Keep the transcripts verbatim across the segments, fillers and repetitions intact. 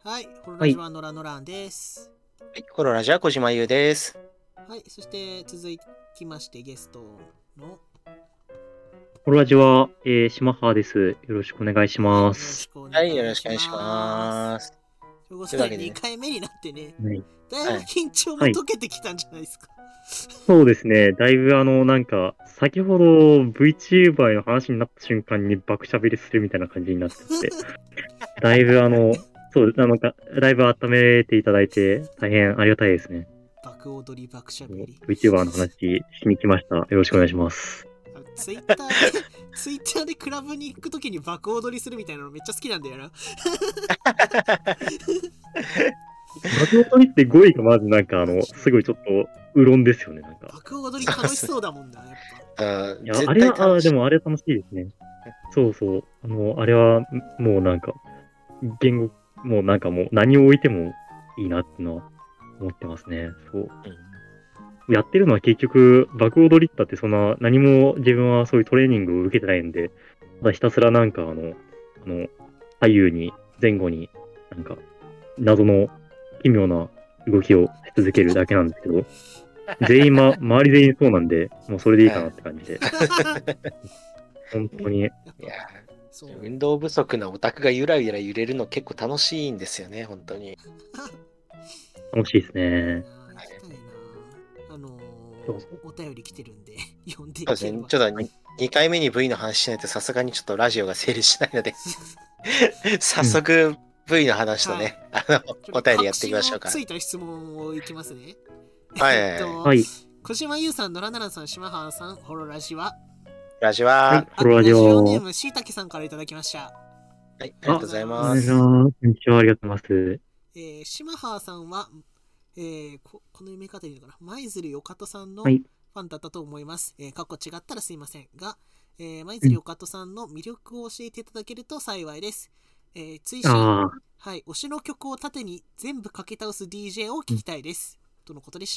はい、ホロはい。 ラジはノラノランです。 はい、コロラジは小島優です。 はい、そして続きましてゲストのホロラジは、えー、島派です。よろしくお願いしはい、よろます。 しくおはい、よ願いしろしくお願いします。 ます。 ということでというわけでね。 にかいめになってね、 はい。 だいぶはい。 緊張もはい。 解けてきたんじゃないですか。 そうですね。だいぶあの、なんか、先ほど VTuber の話になった瞬間に爆喋りするみたいな感じになってて、だいぶあの、そう、あのか、だいぶ温めていただいて、大変ありがたいですね。 爆踊り爆しゃべり。 VTuber の話しに来ました。よろしくお願いします。 ツイッターで、ツイッターでクラブに行くときに爆踊りするみたいなのめっちゃ好きなんだよな。 爆踊りって語彙がまずなんかあの、すごいちょっと、うろんですよね、なんか。 爆踊り楽しそうだもんな、やっぱ。 あいや、あれは、あ絶対楽しい。 でもあれは楽しいですね。そうそう。あの、あれは、もうなんか、言語、もうなんかもう何を置いてもいいなってのは思ってますね。そう。やってるのは結局、爆踊りったってそんな何も自分はそういうトレーニングを受けてないんで、ただひたすらなんかあの、あの、左右に、前後に、なんか、謎の奇妙な動きをし続けるだけなんですけど、全員、ま、周り全員そうなんで、もうそれでいいかなって感じで。本当に。 いやそう運動不足なオタクがゆらゆら揺れるの結構楽しいんですよね、本当に。 楽しいですね。 行きたいな。あのそうそうー、お便り来てるんで読んでいそうですね。 ければ。 ちょっとにかいめに V の話しないとさすがにちょっとラジオが成立しないので、早速 V の話とね、あの、お便りやっていきましょうか。 ついた質問をいきますね。 はいえっと、 はい。 小島優さん、野良奈々さん、島原さん、ホロラジは。 ラジオは、 はいホロラジラジオネーオ。 ムしいたけさんからいただきました。 はい、ありがとうございお願いします。 ます。こんにちは、ありがとうございます。 えー、島原さんは、えー、こ, この読み方でいいのかな、舞鶴よかとさんのフはい。 ァンだったと思います。えー、過去違ったらすいませんが、えー、舞鶴よかとさんの魅力を教えていただけると幸いです。えー、追伸、 ああ、 はい、推しの曲を縦に全部かけ倒す ディージェー を聞きたいです。とのことでした。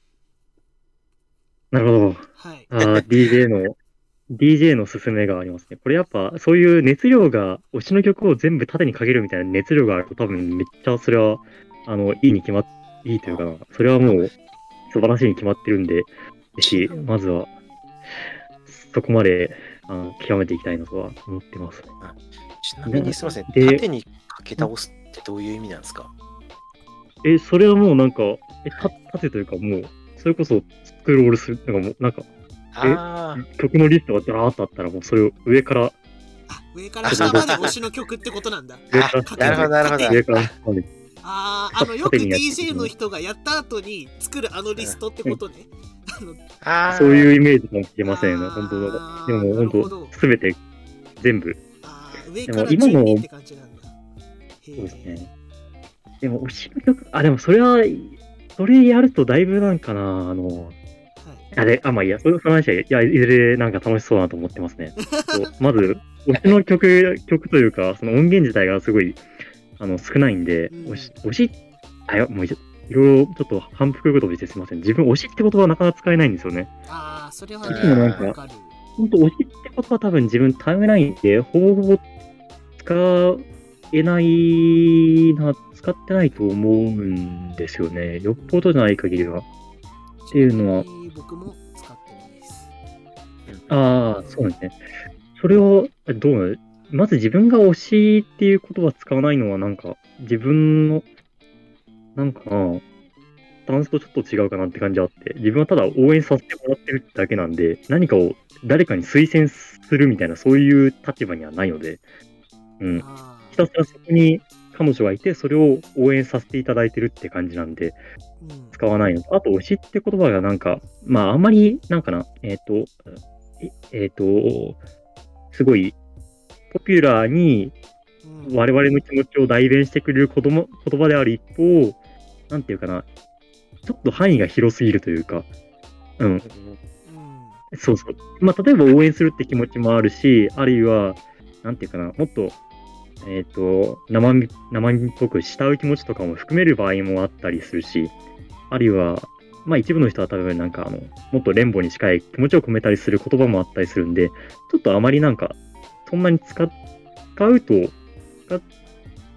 なるほど。 はい。 ああ、ディージェー の、ディージェー の勧めがありますね。これやっぱ、そういう熱量が、推しの曲を全部縦にかけるみたいな熱量があると多分めっちゃそれは、あの、いいに決まっ、いいというかな。それはもう素晴らしいに決まってるんで、ぜひ、まずは、そこまで、あの、極めていきたいなとは思ってます。 ちなみにすみません、 で縦にかけ倒すってどういう意味なんですか？ え、それはもうなんか、え、た、縦というかもう、それこそスクロールする、なんかもう、なんか、 あえ、曲のリストがダーッとあったら、もうそれを上から、 あ、上から下まで推しの曲ってことなんだ。 あ、 上からなるほど、なるほど。 上から下まで。 ああ、あの、よく ディージェー の人がやった後に作るあのリストってことね。あのあそういうイメージかもしれませんね、 あー本当だ。でもなるほ本ど当、すべて全部。 あー上でからも今の、 順にって感じなんだ。 そうですね。でも推しの曲、あ、でもそれは、それやるとだいぶなんかな、あの、 はい、 あれ、あ、まあいいや、その話は、いや、いずれなんか楽しそうだなと思ってますね。そうまず、推しの曲、曲というか、その音源自体がすごい、あの、少ないんで、 うん推し、推し、あ、いや、もういろいろちょっと反復言葉してすみません。自分推しって言葉はなかなか使えないんですよね。 ああ、それはうんね、 いつもなんかわかる。 本当推しって言葉は多分自分タイムラインでほぼほぼ使えないな、使ってないと思うんですよね。よっぽどじゃない限りは。っていうのはちなみに僕も使ってないです。 ああ、そうなんですね。それを、どうなのまず自分が推しっていう言葉を使わないのはなんか、自分の、なんかな、スタンスとちょっと違うかなって感じはあって、自分はただ応援させてもらってるだけなんで、何かを誰かに推薦するみたいな、そういう立場にはないので、うん。 あひたすらそこに彼女がいて、それを応援させていただいてるって感じなんで、 ーうん、 使わないのと。あと、推しって言葉がなんか、まあ、あんまり、なんかな、えっ、と、えっ、と、すごい、ポピュラーにうん我々の気持ちを代弁してくれる言葉言葉である一方、なんていうかな、ちょっと範囲が広すぎるというか、うん、 うんそうそう。まあ、例えば応援するって気持ちもあるし、あるいは、なんていうかな、もっと、えっ、と、生身、生身っぽく慕う気持ちとかも含める場合もあったりするし、あるいは、まあ一部の人は多分なんかあの、もっと連母に近い気持ちを込めたりする言葉もあったりするんで、ちょっとあまりなんか、そんなに使っ使うと、使っ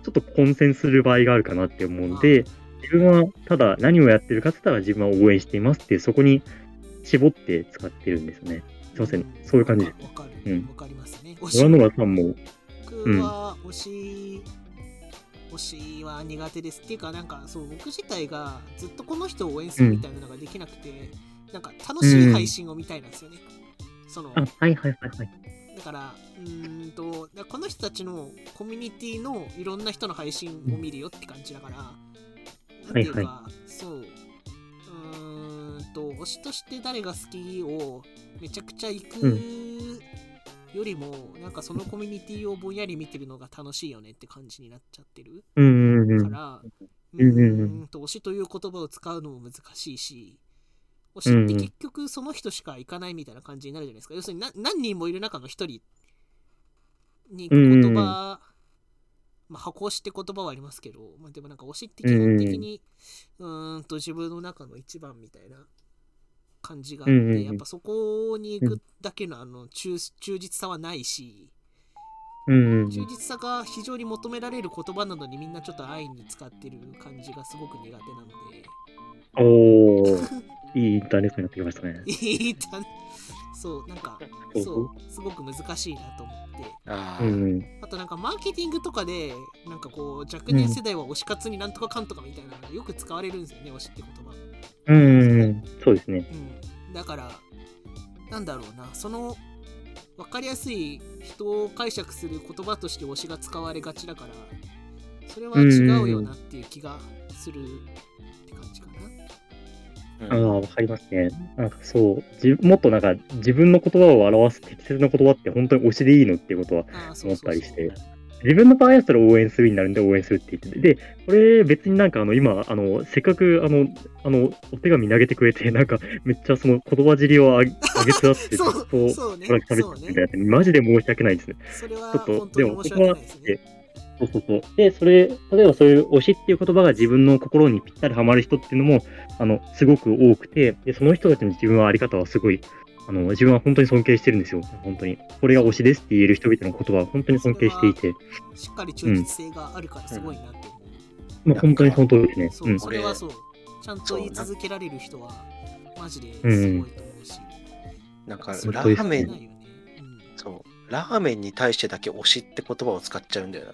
ちょっと混戦する場合があるかなって思うんで、自分はただ何をやってるかって言ったら自分は応援していますって、そこに絞って使ってるんですよね。すいません、そういう感じです。 わかる。 うん。 わかりますね。 村野川さんも、 僕は推し、推しは苦手です。っていうか、なんかそう、僕自体がずっとこの人を応援するみたいなのができなくて、うん、なんか楽しい配信を見たいなんですよね。うん、そのあ、はいはいはいはい。 だから、うーんと、この人たちのコミュニティのいろんな人の配信を見るよって感じだから、なんていうか、はいはい、そう、うーんと、推しとして誰が好きをめちゃくちゃ行くよりも、うん、なんかそのコミュニティをぼんやり見てるのが楽しいよねって感じになっちゃってるから、うーんと、推しという言葉を使うのも難しいし、推しって結局その人しか行かないみたいな感じになるじゃないですか。要するに何人もいる中の一人に行く言葉、まあ、箱推しって言葉はありますけど、まあ、でもなんか推しって基本的にうーんと自分の中の一番みたいな感じがあって、やっぱそこに行くだけのあの 忠, 忠実さはないし、忠実さが非常に求められる言葉なのにみんなちょっと安易に使ってる感じがすごく苦手なので。 おーいいインターネットになってきましたね。 いいインターネットそうなんかそうすごく難しいなと思って、 あ, うん、 あとなんかマーケティングとかでなんかこう若年世代は推し活になんとかかんとかみたいなのがよく使われるんですよね、推しって言葉。 うん、うん、そうですね、 うん、だからなんだろうな、その分かりやすい人を解釈する言葉として推しが使われがちだから、それは違うよなっていう気がするって感じかな。 ああ、わかりますね。なんかそうじ、もっとなんか自分の言葉を表す適切な言葉って本当に推しでいいのっていうことは思ったりして、自分の場合はそれを応援するになるんで応援するって言ってて、で、これ別になんかあの今、あの、せっかくあの、あの、お手紙投げてくれて、なんかめっちゃその言葉尻をあげつらってずっと喋ってたみたいな、マジで申し訳ないですね。 それはちょっと、でも申し訳ないですね。 そうそうそう。で、それ、例えばそういう推しっていう言葉が自分の心にぴったりはまる人っていうのも、あの、すごく多くて、で、その人たちの自分はあり方はすごい、あの、自分は本当に尊敬してるんですよ。本当に。これが推しですって言える人々の言葉は本当に尊敬していて。 しっかり忠実性があるからすごいなって思う。 うん、まあ、本当にその通りですね。 そう、うん、それはそう。ちゃんと言い続けられる人は、マジですごいと思うし。 うん、なんか、ラーメン、うん、そう、ラーメンに対してだけ推しって言葉を使っちゃうんだよな。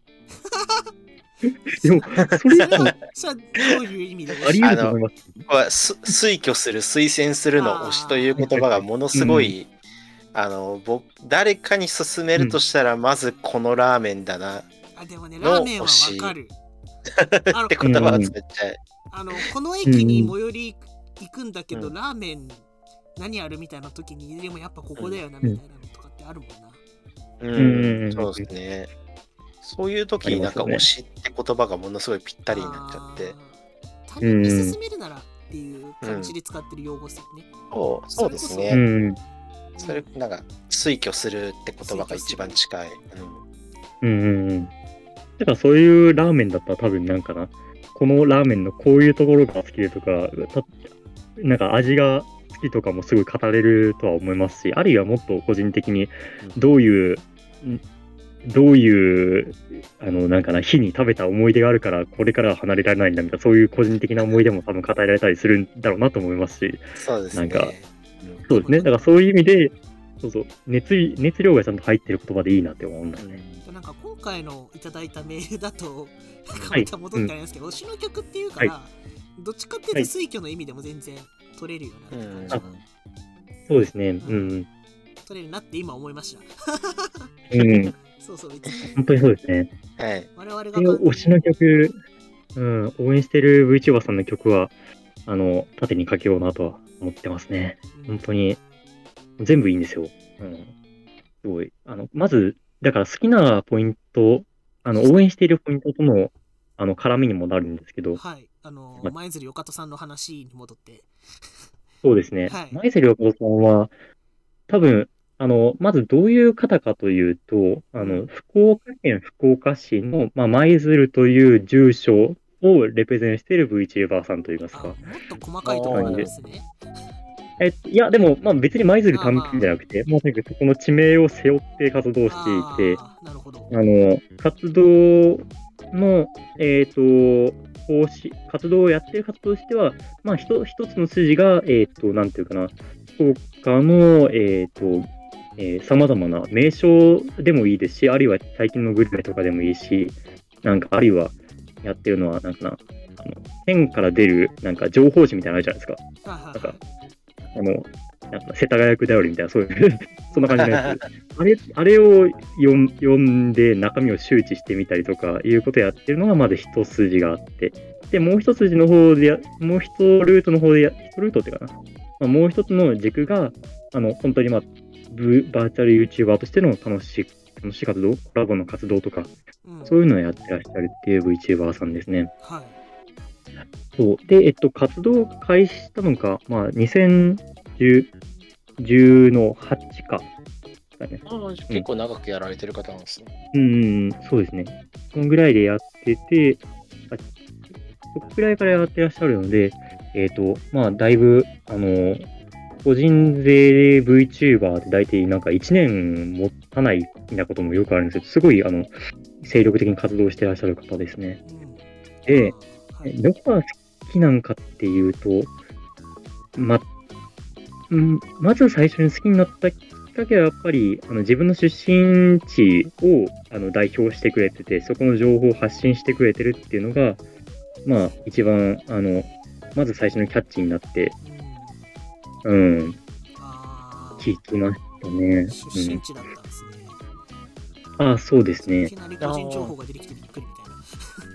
でも、それは、 それはどういう意味であり得ると思います。推挙する、推薦するの推しという言葉がものすごい、うん、あの、僕、誰かに勧めるとしたら、まずこのラーメンだな。 あ、でもね、ラーメンはわかる。 って言葉を使っちゃう。 あの、この駅に最寄り行くんだけど、うん、ラーメン何あるみたいな時に、でもやっぱここだよな、みたいなのとかってあるもんな。 うん、うん、そうですね。そういう時になんか推しって言葉がものすごいぴったりになっちゃって。 他人に勧めるならっていう感じで使ってる用語ですよね。 うん、そう、そうですね。うん、それ、なんか、推挙するって言葉が一番近い。 うん。うんうんうん。だからそういうラーメンだったら多分なんかな、このラーメンのこういうところが好きでとか、たなんか味が好きとかもすごい語れるとは思いますし、あるいはもっと個人的にどういう、うんどういう、あの、なんかな、日に食べた思い出があるから、これからは離れられないんだみたいな、そういう個人的な思い出も多分語られたりするんだろうなと思いますし、 そうですね。 なんか、そうですね。だからそういう意味で、そうそう、熱、熱量がちゃんと入ってる言葉でいいなって思うんですね。 なんか今回のいただいたメールだと、また戻ってありますけど、推しの曲っていうから、はい、どっちかっていうと推挙の意味でも全然取れるよなって感じ、 うん、そうですね。うん。 取れるなって今思いました。 うん。 そうそう、 本当にそうですね。 はい。 我々が推しの曲、うん、応援してる VTuber さんの曲は、あの、縦にかけようなとは思ってますね。うん、本当に、全部いいんですよ。うん。すごい。あの、まず、だから好きなポイント、あの、応援しているポイントとの、あの、絡みにもなるんですけど。 はい。あの、ま、前鶴岡戸さんの話に戻って。 そうですね。はい、前鶴岡戸さんは、多分、あの、まずどういう方かというと、あの、福岡県福岡市の、まあ、舞鶴という住所をレペゼンしている VTuber さんといいますか。 もっと細かいところなんですね。 えいや、でも、まあ、別に舞鶴単品じゃなくて、もうとにかくそこの地名を背負って活動していて、あなるほど。 あの、活動の、えっ、と、方針、活動をやってる活動としては、まあ、一一つの筋が、えっ、と、なんていうかな、福岡の、えっ、と、えー、様々な名所でもいいですし、あるいは最近のグルメとかでもいいし、なんか、あるいはやってるのは、なんかな、あの、県から出る、なんか、情報誌みたいなのあるじゃないですか。なんか、あの、なんか世田谷区だよりみたいな、そういう、そんな感じのやつ。あれ、あれを読ん読んで中身を周知してみたりとかいうことをやってるのがまず一筋があって、で、もう一筋の方でや、もう一ルートの方でや、一ルートっていうかな。まあ、もう一つの軸が、あの、本当にまあ、ブバーチャル YouTuber としての楽しい、楽しい活動、コラボの活動とか、うん、そういうのをやってらっしゃるっていう VTuber さんですね。 はい。 そう。で、えっと、活動を開始したのが、まあ、にせんじゅうのはちか。 ね、結構長くやられてる方なんですね。 うん、そうですね。そのぐらいでやってて、あそこぐらいからやってらっしゃるので、えっ、ー、と、まあ、だいぶ、あの、個人税 VTuber って大体なんかいちねん持たないみたいなこともよくあるんですけど、すごい、あの、精力的に活動してらっしゃる方ですね。で、はい、どこが好きなんかっていうと、ま、んまず最初に好きになったきっかけはやっぱりあの自分の出身地をあの代表してくれてて、そこの情報を発信してくれてるっていうのが、まあ一番あのまず最初のキャッチになって、うん、聞きましたね。 出身地だったんですね。 うん、ああ、そうですね。 いきなり個人情報が出てきてびっくりみたいな。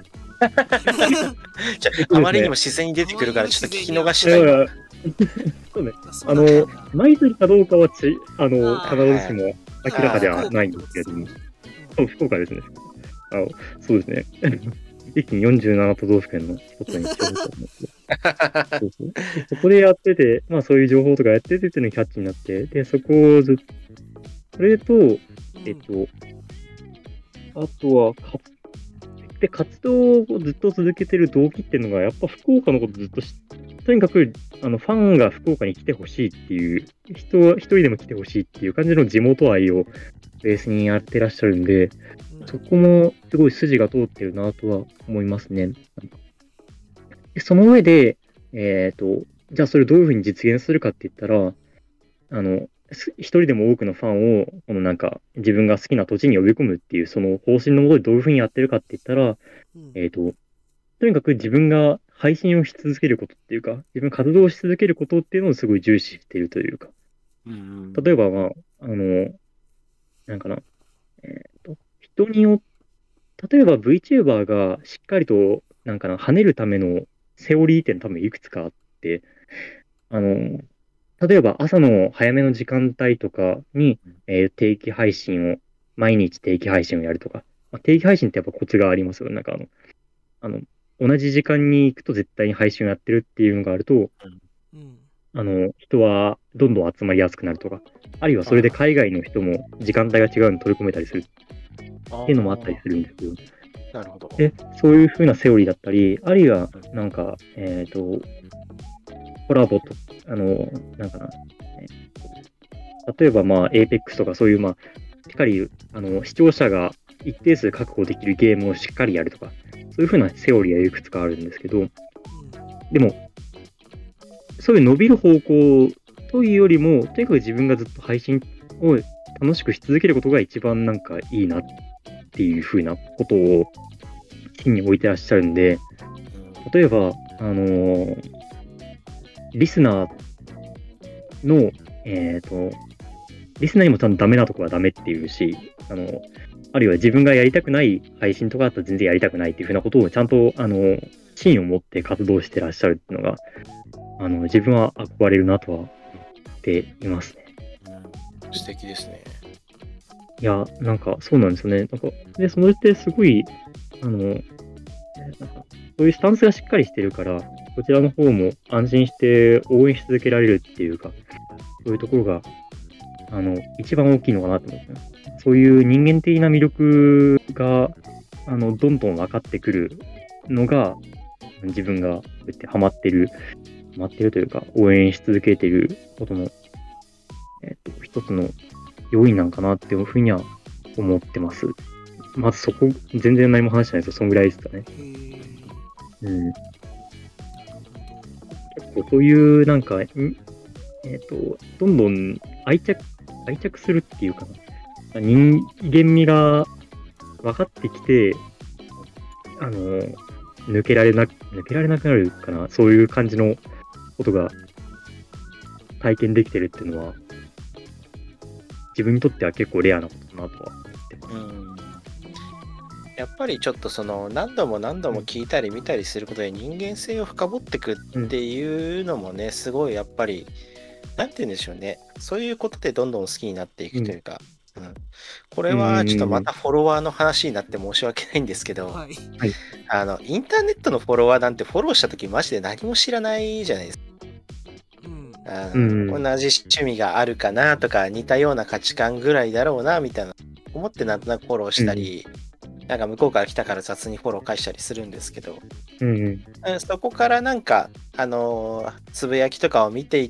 じゃあ、あまりにも自然に出てくるからちょっと聞き逃したいな。 そうね。あの、舞鶴かどうかはち、あの、必ずしも明らかではないんですけれども。そう、福岡ですね。あの、そうですね。一気によんじゅうなな都道府県の一つに一緒だと思って。そうそう。そこでやってて、まあそういう情報とかやっててっていうのにキャッチになって、で、そこをずっと、それと、えっと、あとは、かで、活動をずっと続けてる動機っていうのが、やっぱ福岡のことずっと知って、とにかく、あの、ファンが福岡に来てほしいっていう、人は一人でも来てほしいっていう感じの地元愛をベースにやってらっしゃるんで、そこもすごい筋が通ってるなとは思いますね。でその上で、えっと、じゃあそれをどういうふうに実現するかって言ったら、あの、一人でも多くのファンを、このなんか、自分が好きな土地に呼び込むっていう、その方針のもとでどういうふうにやってるかって言ったら、うん、えっと、とにかく自分が配信をし続けることっていうか、自分が活動をし続けることっていうのをすごい重視しているというか、うんうん、例えば、まあ、あの、なんかな、えっと、人によって、例えば VTuber がしっかりと、なんかな、跳ねるためのセオリー点多分いくつかあって、あの、例えば朝の早めの時間帯とかに、えー、定期配信を、毎日定期配信をやるとか、まあ、定期配信ってやっぱコツがありますよ。なんかあの、あの、同じ時間に行くと絶対に配信をやってるっていうのがあると、うん、あの、人はどんどん集まりやすくなるとか、あるいはそれで海外の人も時間帯が違うのに取り込めたりするっていうのもあったりするんですけど、 なるほど。 で、そういう風なセオリーだったり、あるいは、なんか、えっと、コラボと、あの、なんかな、例えば、まあ、エーペックス とかそういう、まあ、しっかり、あの、視聴者が一定数確保できるゲームをしっかりやるとか、そういう風なセオリーはいくつかあるんですけど、でも、そういう伸びる方向というよりも、とにかく自分がずっと配信を楽しくし続けることが一番なんかいいなっていう風なことを芯に置いてらっしゃるんで、例えば、あのー、リスナーの、えっと、リスナーにもちゃんとダメなとこはダメっていうし、あの、あるいは自分がやりたくない配信とかだったら全然やりたくないっていうふうなことをちゃんと、あの、芯を持って活動してらっしゃるっていうのが、あの、自分は憧れるなとは思っていますね。 うん、素敵ですね。 いや、なんかそうなんですよね。なんか、で、そのってすごい、あの、なんかそういうスタンスがしっかりしてるから、こちらの方も安心して応援し続けられるっていうか、そういうところが、あの、一番大きいのかなと思ってます。そういう人間的な魅力が、あの、どんどん分かってくるのが、自分がこうやってハマってる、ハマってるというか、応援し続けていることの、えっと、一つの要因なんかなっていうふうには思ってます。 まずそこ、全然何も話してないですよ。そんぐらいですかね。 へーうん。 なる結構そういう、なんか、んえっ、と、どんどん愛着、愛着するっていうかな。人間味が分かってきて、あの、抜けられな、抜けられなくなるかな。そういう感じのことが体験できてるっていうのは、自分にとっては結構レアなことだなとは思ってます。 うんやっぱりちょっとその何度も何度も聞いたり見たりすることで人間性を深掘っていくっていうのもね、すごいやっぱりなんて言うんでしょうね、そういうことでどんどん好きになっていくというか、うんうん、これはちょっとまたフォロワーの話になって申し訳ないんですけど、 はい、 あのインターネットのフォロワーなんてフォローした時マジで何も知らないじゃないですか。 うん、 あのうん同じ趣味があるかなとか似たような価値観ぐらいだろうなみたいな思ってなんとなくフォローしたり、なんか向こうから来たから雑にフォロー返したりするんですけど、 うんうん、 そこからなんか、あのーつぶやきとかを見ていって、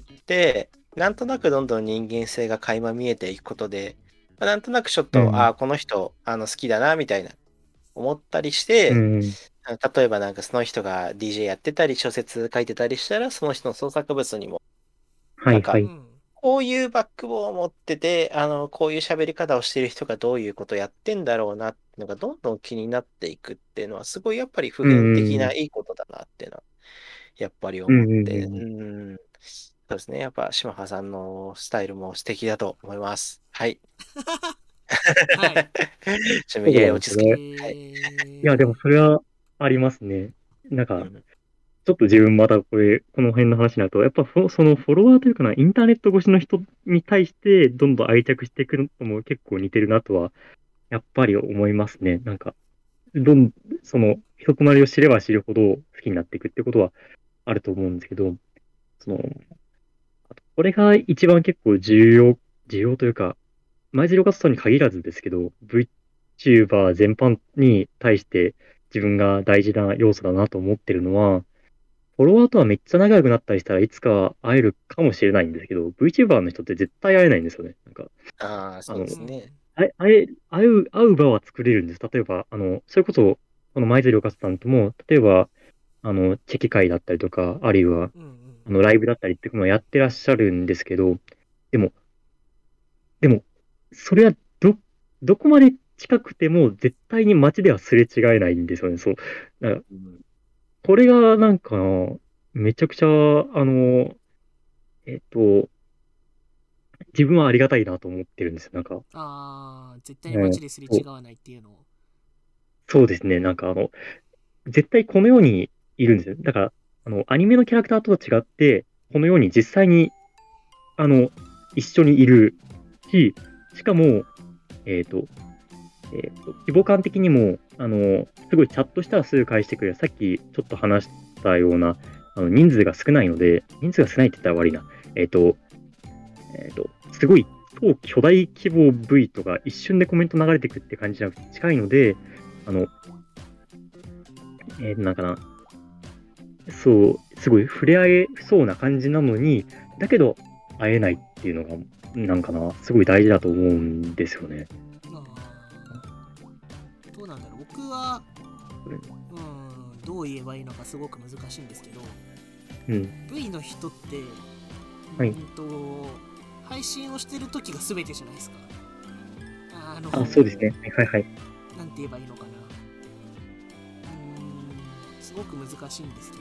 なんとなくどんどん人間性が垣間見えていくことで、まあなんとなくちょっと、 うんああ、この人あの好きだなみたいな思ったりして、 うんあの例えばなんかその人が ディージェー やってたり小説書いてたりしたら、その人の創作物にもなんかはいはい。 うんこういうバックボーンを持ってて、あのこういう喋り方をしてる人がどういうことをやってんだろうなっていうのがどんどん気になっていくっていうのはすごいやっぱり普遍的ないいことだなっていうのはやっぱり思って、 うんうんうん、そうですね。やっぱ島原さんのスタイルも素敵だと思います。はい。 はいちょっと無理やり落ち着け。 えそうなんですはい。 ー、 いや、でもそれはありますね。なんか、 うんちょっと自分またこれ、この辺の話になると、やっぱフォそのフォロワーというかな、インターネット越しの人に対してどんどん愛着していくのも結構似てるなとは、やっぱり思いますね。なんか、どん、その、人となりを知れば知るほど好きになっていくってことはあると思うんですけど、その、あとこれが一番結構重要、重要というか、前城活動に限らずですけど、VTuber 全般に対して自分が大事な要素だなと思ってるのは、フォロワーとはめっちゃ仲良くなったりしたらいつか会えるかもしれないんですけど、VTuber の人って絶対会えないんですよね。なんか、 ああ、そうあの、 ですね。 会え、会え、会う、会う場は作れるんです。例えば、あの、それこそ、この舞鶴かつさんとも、例えば、あの、チェキ会だったりとか、あるいは、 うんうんあの、ライブだったりっていうのをやってらっしゃるんですけど、でも、でも、それはど、どこまで近くても絶対に街ではすれ違えないんですよね。そう。だからうんこれがなんか、めちゃくちゃ、あの、えっと、自分はありがたいなと思ってるんですよ。なんか、 ああ絶対にうん、 街ですれそう違わないっていうのをそうですね。なんかあの、絶対この世にいるんですよ。だから、あの、アニメのキャラクターとは違って、この世に実際に、あの、一緒にいるし、しかも、えっと、えっと、規模感的にも、あの、すごいチャットしたらすぐ返してくれる。さっきちょっと話したような、あの、人数が少ないので、人数が少ないって言ったら悪いな。えっと、えっと、すごい超巨大規模 V とか一瞬でコメント流れてくって感じじゃなくて近いので、あの、えー、なんかな、そう、すごい触れ合えそうな感じなのに、だけど会えないっていうのが、なんかな、すごい大事だと思うんですよね。 あーどうなんだろう僕はうんどう言えばいいのかすごく難しいんですけど、 うん。 V の人ってはいうんと配信をしてる時が全てじゃないですか。あのあ、そうですね。はいはい。 なんて言えばいいのかな、うーんすごく難しいんですけど、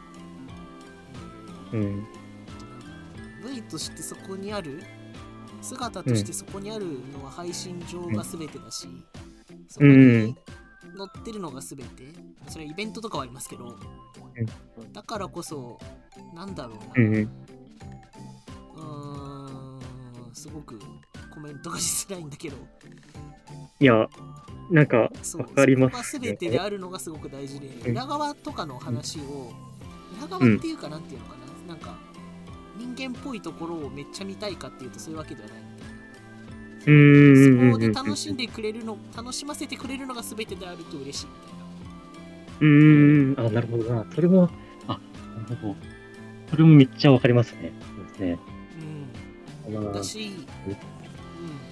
うん。 えー V としてそこにある姿としてそこにあるのは配信上が全てだし、そこに載ってるのが全て、それイベントとかはありますけど、だからこそなんだろうな、 うん。 うーんすごくコメントがしづらいんだけど、 いや、なんか、 そうわかりまそこがす全てであるのがすごく大事で、 うん裏側とかの話を、裏側っていうかなんていうのかな、なんか人間っぽいところをめっちゃ見たいかっていうとそういうわけではないみたいな。 うーん。 そこで楽しんでくれるの、楽しませてくれるのが全てであると嬉しいみたいな。 うーん。あ、なるほどな。それも、あ、なるほど。それもめっちゃわかりますね。そうですね。 うん。 まあだし、うん。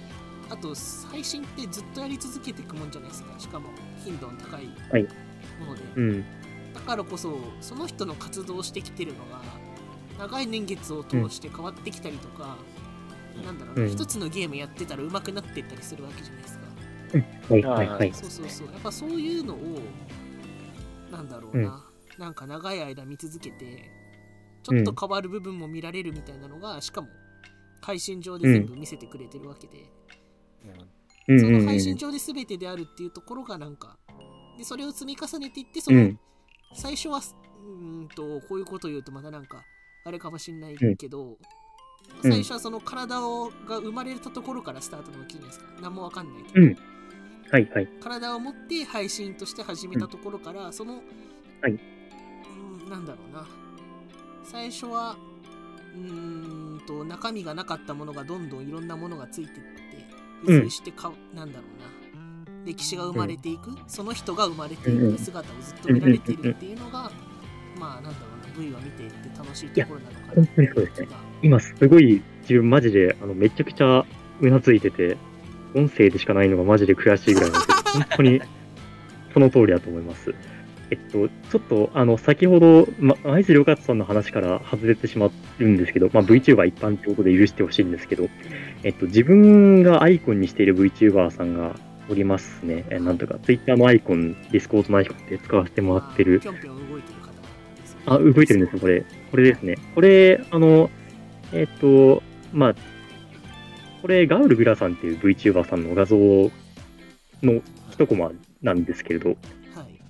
あと配信ってずっとやり続けていくもんじゃないですか。しかも頻度の高いもので、 はいうん、 だからこそその人の活動してきてるのが長い年月を通して変わってきたりとか、うん、なんだろうな、うん、一つのゲームやってたら上手くなっていったりするわけじゃないですか。 はいはいはい。 そうそうそう。やっぱそういうのをなんだろうな、うん、なんか長い間見続けてちょっと変わる部分も見られるみたいなのが、うん、しかも配信上で全部見せてくれてるわけで、うん、その配信上で全てであるっていうところがなんかでそれを積み重ねていってその、うん、最初はうんとこういうことを言うとまたなんかあれかもしんないけど、うん、最初はその体をが生まれたところからスタートのわけじゃないですか。何もわかんないけど、うんはいはい、 体を持って配信として始めたところから、うん、その、 はいうん、なんだろうな、最初はうーんと中身がなかったものがどんどんいろんなものがついていって付随してか、うん、なんだろうな、歴史が生まれていく、うん、その人が生まれていく姿をずっと見られているっていうのが、うん、まあなんだろうな、 V は見ていって楽しいところなのかな。 本当にそうですね。今すごい自分マジであのめちゃくちゃうなずいてて、音声でしかないのがマジで悔しいぐらいなんですけど、本当にその通りだと思います。えっと、ちょっと、あの、先ほど、ま、会津良勝さんの話から外れてしまるんですけど、まあ、VTuber 一般ということで許してほしいんですけど、えっと、自分がアイコンにしている VTuber さんがおりますね。えなんとか、Twitter のアイコン、Discord のアイコンで使わせてもらってる。 ぴょんぴょん動いてる方ですね。 あ、動いてるんですよ、これ。これですね。これ、あの、えっと、まあ、これ、ガウルグラさんっていう VTuber さんの画像の一コマなんですけれど、はい、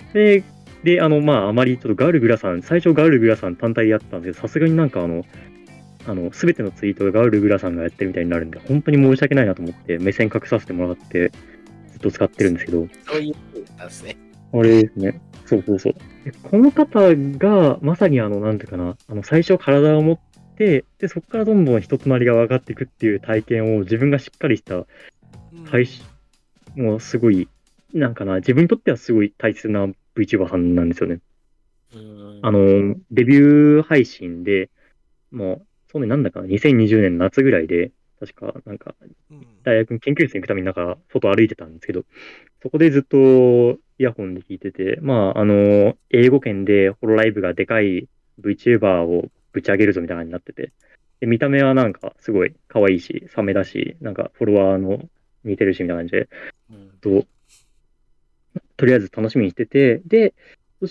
で、で、あの、まあ、あまりちょっとガウルグラさん、最初ガウルグラさん単体でやってたんですけど、さすがになんかあの、あの、すべてのツイートがガウルグラさんがやってるみたいになるんで、本当に申し訳ないなと思って、目線隠させてもらって、ずっと使ってるんですけど。 そういうことなんですね。 あれですね。そうそうそう。この方が、まさにあの、なんていうかな、あの、最初体を持って、で、そこからどんどん人となりが分かっていくっていう体験を自分がしっかりした配信、うん、もうすごい、なんかな、自分にとってはすごい大切な VTuber さんなんですよね。うんあの、デビュー配信で、もう、そうね、なんだかな、にせんにじゅうねんの夏ぐらいで、確か、なんか、大学の研究室に行くためになんか、外歩いてたんですけど、そこでずっとイヤホンで聞いてて、まあ、あの、英語圏でホロライブがでかい VTuber をぶち上げるぞみたいなになってて、で見た目はなんかすごい可愛いし、サメだし、なんかフォロワーの似てるしみたいな感じで、うん、と、とりあえず楽しみにしてて、で、そして、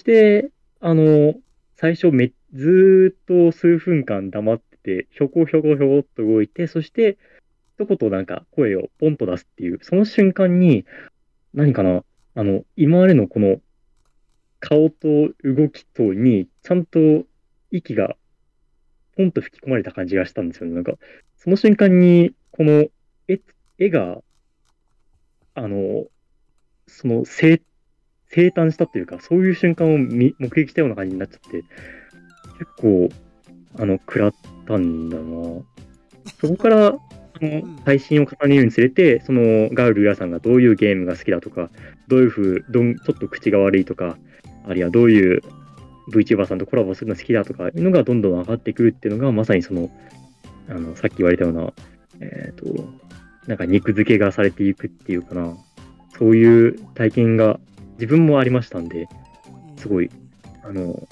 あの、最初め、ずーっと数分間黙ってて、ひょこひょこひょこっと動いて、そして、一言なんか声をポンと出すっていう、その瞬間に、何かな、あの、今までのこの顔と動きとに、ちゃんと息がポンと吹き込まれた感じがしたんですよね。なんか、その瞬間に、この絵、絵が、あの、その生、生誕したというか、そういう瞬間を見目撃したような感じになっちゃって、結構、あの、食らったんだな。そこから、その配信を重ねるにつれて、そのガウル・ヤさんがどういうゲームが好きだとか、どういうふう、どんちょっと口が悪いとか、あるいはどういう VTuber さんとコラボするの好きだとかいうのがどんどん上がってくるっていうのが、まさにその、あの、さっき言われたような、えっと、なんか肉付けがされていくっていうかな、そういう体験が自分もありましたんで、すごい、あの、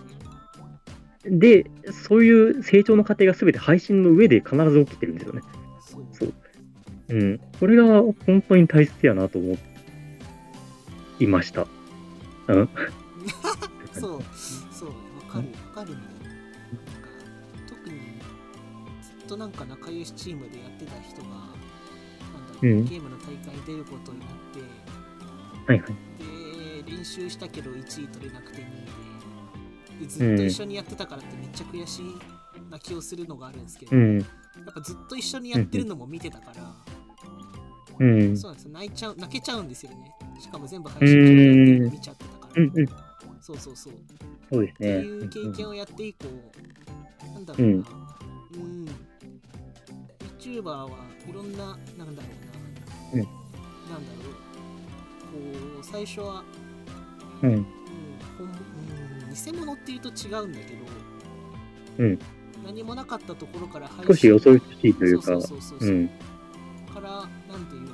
で、そういう成長の過程が全て配信の上で必ず起きてるんですよね。そう。うん。これが本当に大切やなと思いました。うん。 そう、そう、わかる、わかるんだよ。なんか、特にずっとなんか仲良しチームでやってた人が、なんだろう、うん、ゲームの大会に出ることになって、 はいはい。 で、練習したけどいちい取れなくてにいで、ずっと一緒にやってたからってめっちゃ悔しい泣きをするのがあるんですけど、うん、やっぱずっと一緒にやってるのも見てたから、うん、そうなんですよ、泣いちゃう、泣けちゃうんですよね。しかも全部配信でやってるの見ちゃってたから、うんうん、そうそうそう。 そうですね。 っていう経験をやって以降、うん、なんだろうな、うん、うん、VTuber はいろんな、なんだろうな、うん、なんだろう、こう、最初は、うん、うん、偽物っていうと違うんだけど、うん、何もなかったところから配信少しよそよそしいというか、 そうそうそうそう、うん、からなんていう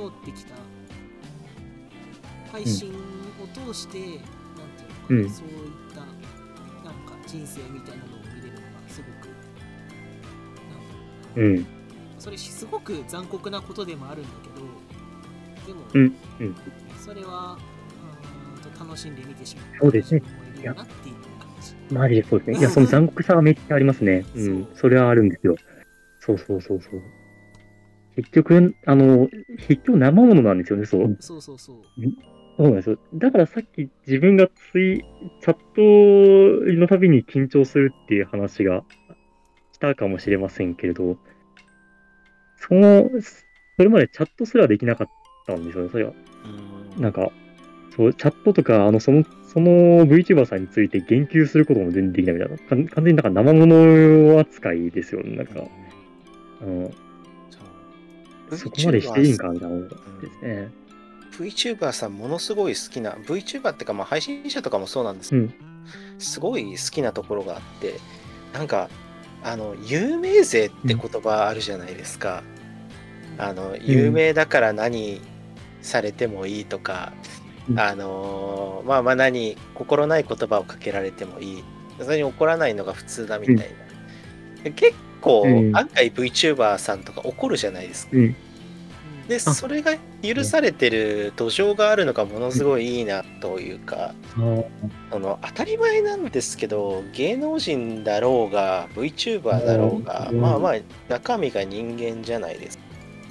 通ってきた配信を通して、うん、なんていうのかな、うん、そういったなんか人生みたいなのを見れるのがすごく、なんか、うん、それすごく残酷なことでもあるんだけど、でも、うんうん、それはうんと楽しんで見てしまう。 そうですね。いや、マジでそうですね。いや、その残酷さはめっちゃありますね。うん、それはあるんですよ。そうそうそうそう。結局、あの、結局生ものなんですよね、そう。 そうそうそう。 そうなんですよ。だからさっき自分がツイ、チャットのたびに緊張するっていう話がしたかもしれませんけれど、その、それまでチャットすらできなかったんですよね、それは。なんか、そう、チャットとか、あの、その、その VTuber さんについて言及することも全然できないみたいな。か完全になんか生物扱いですよね、なんか。あの、そこまでしていいんかみたいなですね。 VTuber さんものすごい好きな VTuber ってかまあ配信者とかもそうなんですけど、うん、すごい好きなところがあって、なんかあの有名税って言葉あるじゃないですか、うん、あの有名だから何されてもいいとか、うん、あのまあまあ何心ない言葉をかけられてもいい、それに怒らないのが普通だみたいな、うん、結構、うん、案外 VTuber さんとか怒るじゃないですか、うん、でそれが許されてる土壌があるのがものすごいいいなというか、その当たり前なんですけど、芸能人だろうが VTuber だろうが、まあまあ中身が人間じゃないですか。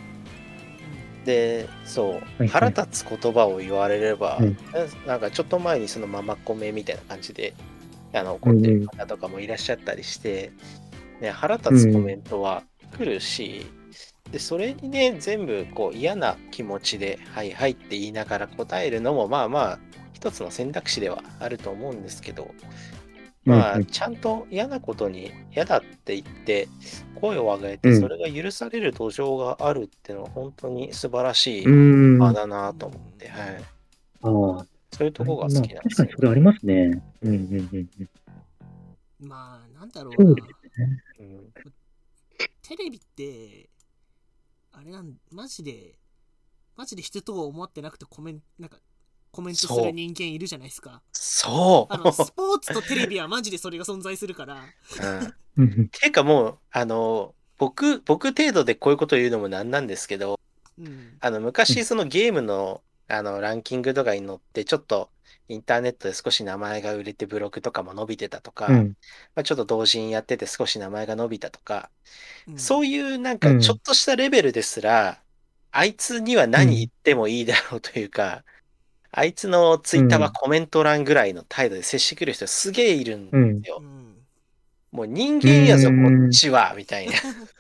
でそう腹立つ言葉を言われれば、なんかちょっと前にそのママコメみたいな感じであの怒ってる方とかもいらっしゃったりして、ね、腹立つコメントは来るし、でそれにね全部こう嫌な気持ちではいはいって言いながら答えるのもまあまあ一つの選択肢ではあると思うんですけど、まあちゃんと嫌なことに嫌だって言って声を上げてそれが許される土壌があるっていうのは本当に素晴らしい場だなと思って、はい、あそういうところが好きなんですよ、ね。 確かにそれありますね。うんうんうんうん。まあなんだろうな、 そうですね、 うん、テレビってあれなんマジでマジで人とは思ってなくてコメンなんかコメントする人間いるじゃないですか。 そうあのスポーツとテレビはマジでそれが存在するから。 うん、ていうかもうあの僕僕程度でこういうことを言うのもなんなんですけど、うん、あの昔そのゲームのあのランキングとかに載ってちょっとインターネットで少し名前が売れてブログとかも伸びてたとか、うんまあ、ちょっと同人やってて少し名前が伸びたとか、うん、そういうなんかちょっとしたレベルですら、うん、あいつには何言ってもいいだろうというか、うん、あいつのツイッターはコメント欄ぐらいの態度で接してくる人すげえいるんですよ、うん、もう人間やぞこっちはみたいな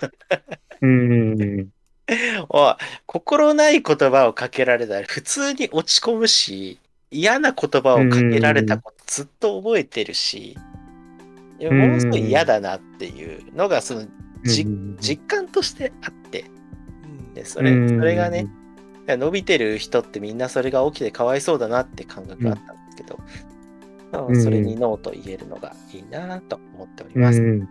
うんお心ない言葉をかけられたら普通に落ち込むし、嫌な言葉をかけられたことずっと覚えてるし、ものすごい嫌だなっていうのがそのじ実感としてあって、でそれそれがね伸びてる人ってみんなそれが起きてかわいそうだなって感覚があったんですけど、うん、それにノーと言えるのがいいなと思っております。うん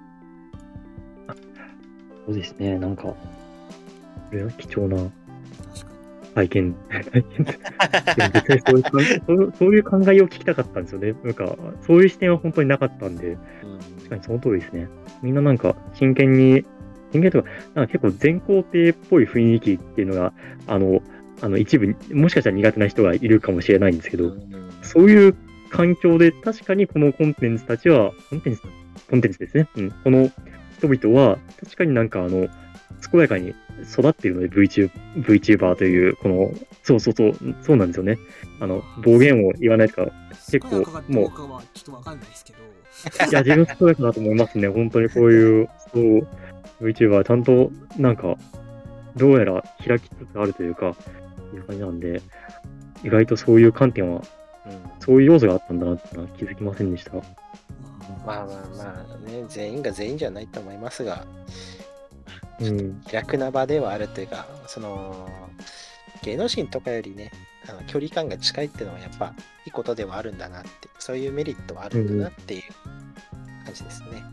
そうですね、なんかこれは貴重な体験体験実際そういうそうそういう考えを聞きたかったんですよね。なんかそういう視点は本当になかったんで、うん、確かにその通りですね。みんななんか真剣に真剣とか、なんか結構全肯定っぽい雰囲気っていうのがあのあの一部もしかしたら苦手な人がいるかもしれないんですけど、うん、そういう環境で確かにこのコンテンツたちはコンテンツコンテンツですね。うん、この人々は確かになんかあの健やかに育っているので VTuber, VTuber というこのそうそうそうそうなんですよね。あの暴言を言わないとか結構もうちょっとわかんないですけど、 いや自分健やかだと思いますね。本当にこういうそう VTuber ちゃんとなんかどうやら開きつつあるというかいう感じなんで、意外とそういう観点は、うん、そういう要素があったんだなってのは気づきませんでした。 まあまあまあね、全員が全員じゃないと思いますが、ちょっと気楽な場ではあるというか、うん、その芸能人とかよりね、あの距離感が近いっていうのはやっぱいいことではあるんだなって、そういうメリットはあるんだなっていう感じですね。うん、はい。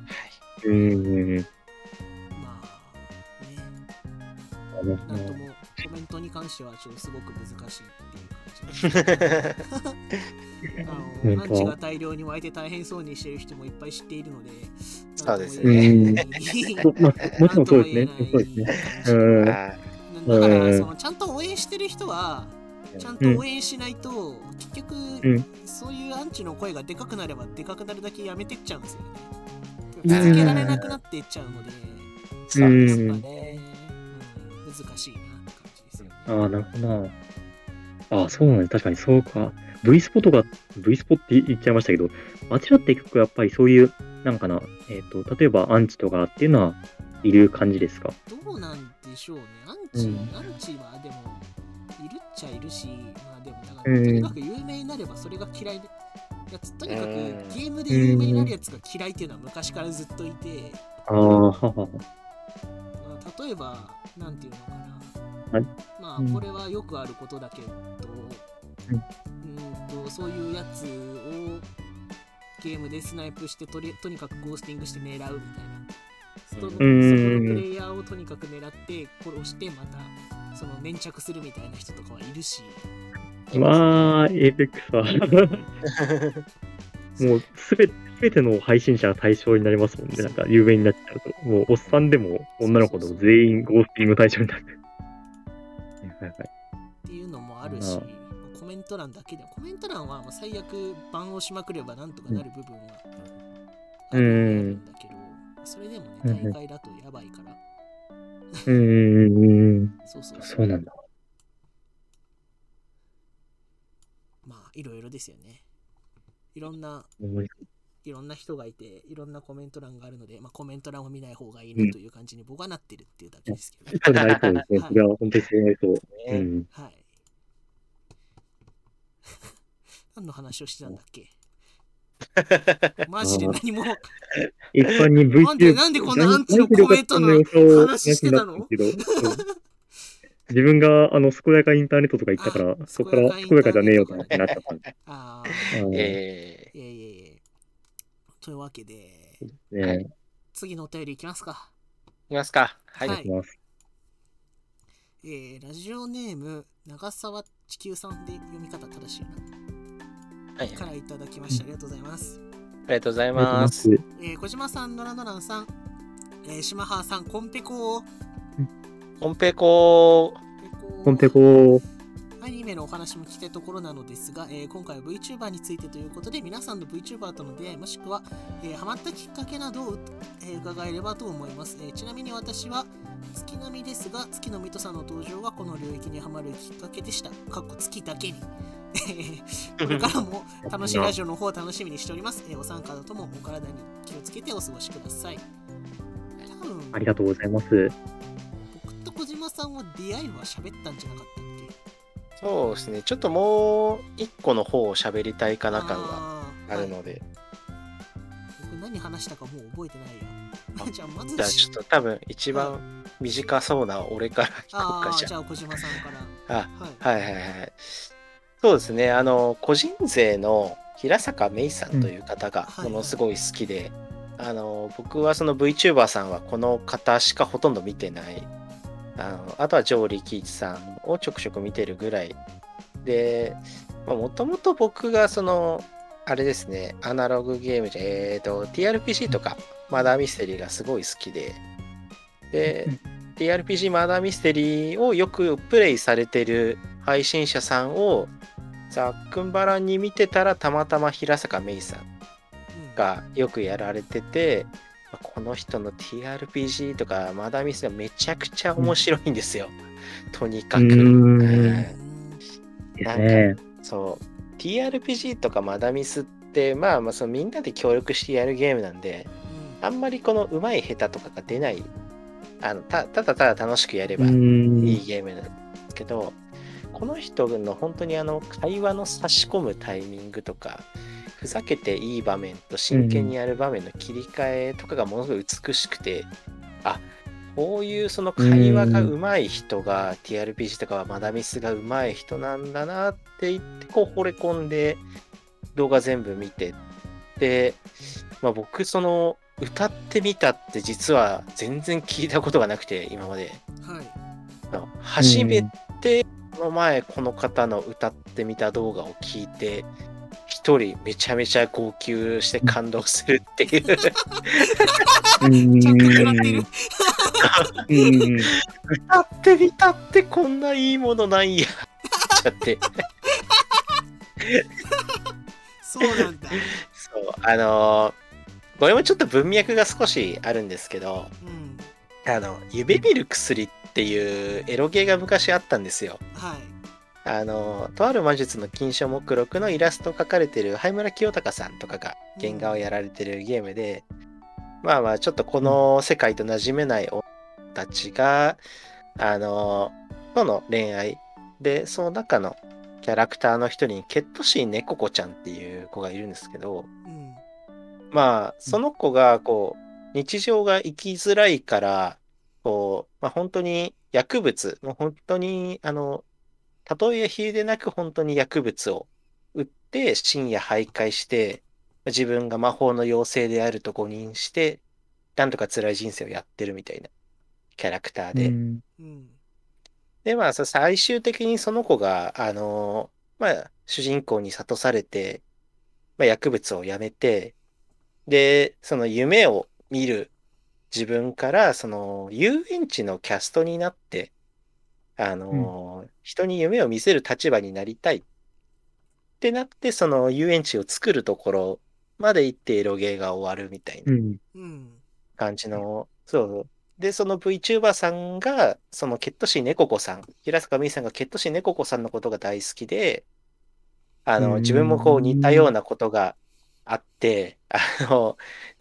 うん。まあね。なんともコメンメントに関してはちょっとすごく難しいっていう感じあのアンチが大量に湧いて大変そうにしてる人もいっぱい知っているので、 そうですね。もちろんそうですね。そうですね。うん。だからそのちゃんと応援してる人はちゃんと応援しないと、うん、結局、うん、そういうアンチの声がでかくなればでかくなるだけやめてっちゃうんですよね。続けられなくなっていっちゃうので、そうですかね、うん、難しいなって感じですよね。 ああ、なるほどな。ああ、そうなんです。確かにそうか。V スポとか、V スポって言っちゃいましたけど、あちらって結構やっぱりそういう、なんかな、えっと、例えばアンチとかっていうのはいる感じですか？ どうなんでしょうね。アンチ、うん、アンチはでも、いるっちゃいるし、まあでも、だから、とにかく有名になればそれが嫌いで、やつとにかくゲームで有名になるやつが嫌いっていうのは昔からずっといて、 ああ、はは。 例えば、なんていうのかな、まあ、これはよくあることだけど、うん、うんとそういうやつをゲームでスナイプしてとり、とにかくゴースティングして狙うみたいな、その、そこのプレイヤーをとにかく狙って殺してまたその粘着するみたいな人とかはいるし、 まあ、エーペックスはもうすべて、すべての配信者が対象になりますもんね。なんか有名になっちゃうと、もうおっさんでも女の子でも全員ゴースティング対象になる。 はいはい、っていうのもあるし、コメント欄だけでコメント欄はもう最悪バンをしまくればなんとかなる部分はあるんだけど、うん、それでもね、大会だとやばいから。 うん。 そうそうそう。 そうなんだ。 まあ、いろいろですよね。いろんな、いろんな人がいて、いろんなコメント欄があるので、まあ、コメント欄を見ない方がいいなという感じに僕はなってるっていうだけですけど。 そうないそうですね。それは本当にそうないそう。うん。 はい。何の話をしてたんだっけ？マジで何も。 一般に ブイチューブなんでこんなアンチのコメントの話してたの？ 自分があの健やかインターネットとか行ったから、そこから健やかじゃねえよって話になっちゃったんで。 ああ、ええええ。というわけで、 ね、はい、 次のお便りいきますか。 いきますか。はい。 はい、えー、ラジオネーム長沢地球さんで読み方正しいな。はい。からいただきました。ありがとうございます。 ありがとうございます。 えー、小島さん、ノラノランさん、えー、島ハーさん、コンペコー。 コンペコー。コンペコー。 アニメのお話も聞きたいところなのですが、えー、今回は VTuber についてということで、皆さんの VTuber との出会いもしくは、えー、ハマったきっかけなどを、えー、伺えればと思います。えー、ちなみに私は月並みですが、月のミトさんの登場がこの領域にハマるきっかけでした。かっこ月だけに。これからも楽しいラジオの方を楽しみにしております。えー、お三方ともお体に気をつけてお過ごしください。多分ありがとうございます。 僕と小島さんは出会いは喋ったんじゃなかったっけ？ そうですね。ちょっともう一個の方を喋りたいかな感があるので、はい、 僕何話したかもう覚えてないや。じゃあまずじゃあちょっと多分一番短そうな俺から聞こうか。 じゃあ。じゃあ小島さんから。 あ、はい、はいはいはいそうですね。あの個人勢の平坂芽衣さんという方がものすごい好きで、うんはいはい、あの僕はその VTuber さんはこの方しかほとんど見てない。あのあとは上力一さんをちょくちょく見てるぐらいで、もともと僕がそのあれですね、アナログゲームで、えーと ティーアールピージー とかマーダーミステリーがすごい好きで、で ティーアールピージー マーダーミステリーをよくプレイされてる配信者さんをざっくんばらんに見てたら、たまたま平坂芽衣さんがよくやられてて、この人の ティーアールピージー とかマダミスがめちゃくちゃ面白いんですよ、うん、とにかく。うんなんかそう ティーアールピージー とかマダミスって、まあ、まあそのみんなで協力してやるゲームなんで、あんまりこの上手い下手とかが出ない、あの た, ただただ楽しくやればいいゲームなんですけど、この人の本当にあの会話の差し込むタイミングとか、ふざけていい場面と真剣にやる場面の切り替えとかがものすごい美しくて、うん、あ、こういうその会話が上手い人が ティーアールピージー とかマダミスが上手い人なんだなって言ってこう惚れ込んで動画全部見て、で、まあ、僕その歌ってみたって実は全然聞いたことがなくて今まで、 はい、 初めでこの前この方の歌ってみた動画を聞いて一人めちゃめちゃ号泣して感動するっていううんちゃんと食らってる。 うん歌ってみたってこんないいものないやちゃってそうなんだ。 そうあのー、これもちょっと文脈が少しあるんですけど、 うん。 あの夢見る薬っていうエロゲーが昔あったんですよ。 はい。 あのとある魔術の金書目録のイラストを描かれてる灰村清隆さんとかが原画をやられてるゲームで、まあまあちょっとこの世界と馴染めない女たちが、あのとの恋愛で、その中のキャラクターの一人にケットシーネココちゃんっていう子がいるんですけど、 うん。 まあその子がこう日常が生きづらいからこう、まあ、本当に薬物もう本当にあの例え比でなく本当に薬物を売って深夜徘徊して自分が魔法の妖精であると誤認してなんとか辛い人生をやってるみたいなキャラクターで、 うんうん。 でまあそ最終的にその子があのまあ主人公に諭されて、まあ、薬物をやめてでその夢を見る自分からその遊園地のキャストになってあのー人に夢を見せる立場になりたいってなってその遊園地を作るところまで行ってエロゲーが終わるみたいなうんうん。 感じの、そうそうでその VTuber さんがそのケットシーネココさん平坂美さんがケットシーネココさんのことが大好きであの自分もこう似たようなことがあってあの